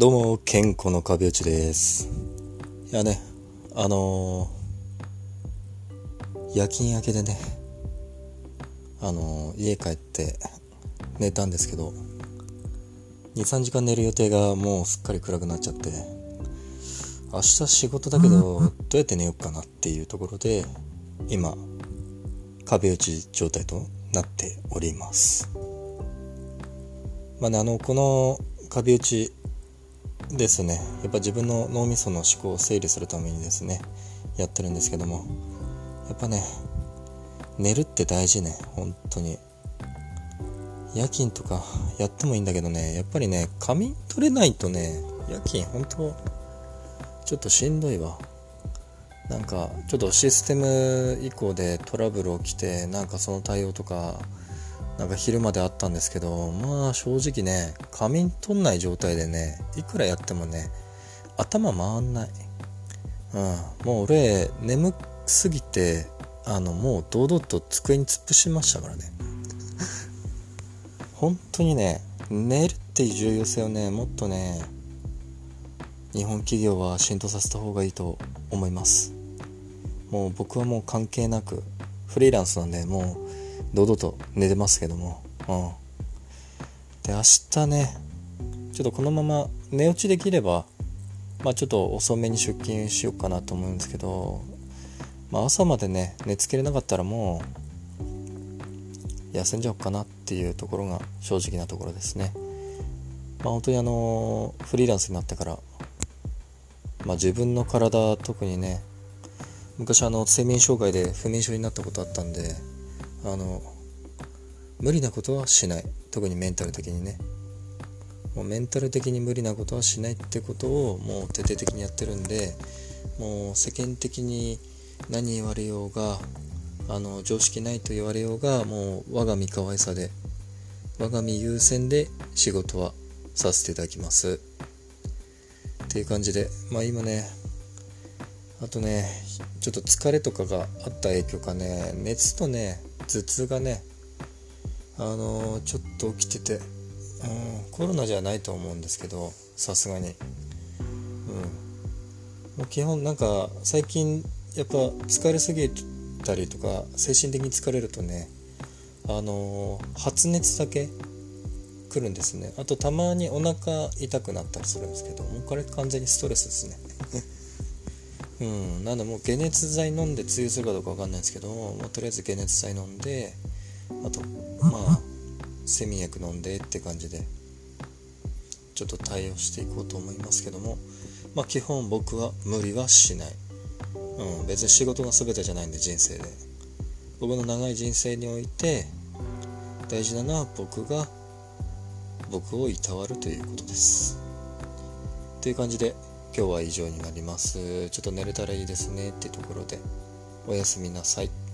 どうも、健康の壁打ちです。いやね、夜勤明けでね、家帰って寝たんですけど、2、3時間寝る予定がもうすっかり暗くなっちゃって、明日仕事だけどどうやって寝ようかなっていうところで、今壁打ち状態となっております。この壁打ちですね、やっぱ自分の脳みその思考を整理するためにですねやってるんですけども、やっぱね、寝るって大事ね。本当に夜勤とかやってもいいんだけどね、やっぱりね、仮眠取れないとね、夜勤本当ちょっとしんどいわ。なんかちょっとシステム以降でトラブル起きて、なんかその対応とかなんか昼まであったんですけど、まあ正直ね、仮眠取んない状態でね、いくらやってもね、頭回んない。もう俺眠すぎて、もう堂々と机に突っ伏しましたからね。本当にね、寝るっていう重要性をね、もっとね、日本企業は浸透させた方がいいと思います。もう僕はもう関係なくフリーランスなんで、もう堂々と寝てますけども、で明日ね、ちょっとこのまま寝落ちできれば、ちょっと遅めに出勤しようかなと思うんですけど、朝までね寝つけれなかったらもう休んじゃおうかなっていうところが正直なところですね。本当にフリーランスになってから、自分の体、特にね、昔睡眠障害で不眠症になったことあったんで、無理なことはしない。特にメンタル的にね、もうメンタル的に無理なことはしないってことをもう徹底的にやってるんで、もう世間的に何言われようが、常識ないと言われようが、もう我が身可愛さで、我が身優先で仕事はさせていただきますっていう感じで、今ね、あとね、ちょっと疲れとかがあった影響かね、熱とね、頭痛がね、ちょっと起きてて、コロナじゃないと思うんですけど、さすがに、もう基本なんか最近やっぱ疲れすぎたりとか、精神的に疲れるとね、発熱だけ来るんですね。あとたまにお腹痛くなったりするんですけど、もうこれ完全にストレスですね。なんでもう解熱剤飲んで通用するかどうか分かんないですけど、とりあえず解熱剤飲んで、あと睡眠薬飲んでって感じでちょっと対応していこうと思いますけども、基本僕は無理はしない。別に仕事が全てじゃないんで、人生で僕の長い人生において大事なのは僕が僕をいたわるということですという感じで、今日は以上になります。ちょっと寝れたらいいですねっていうところで、おやすみなさい。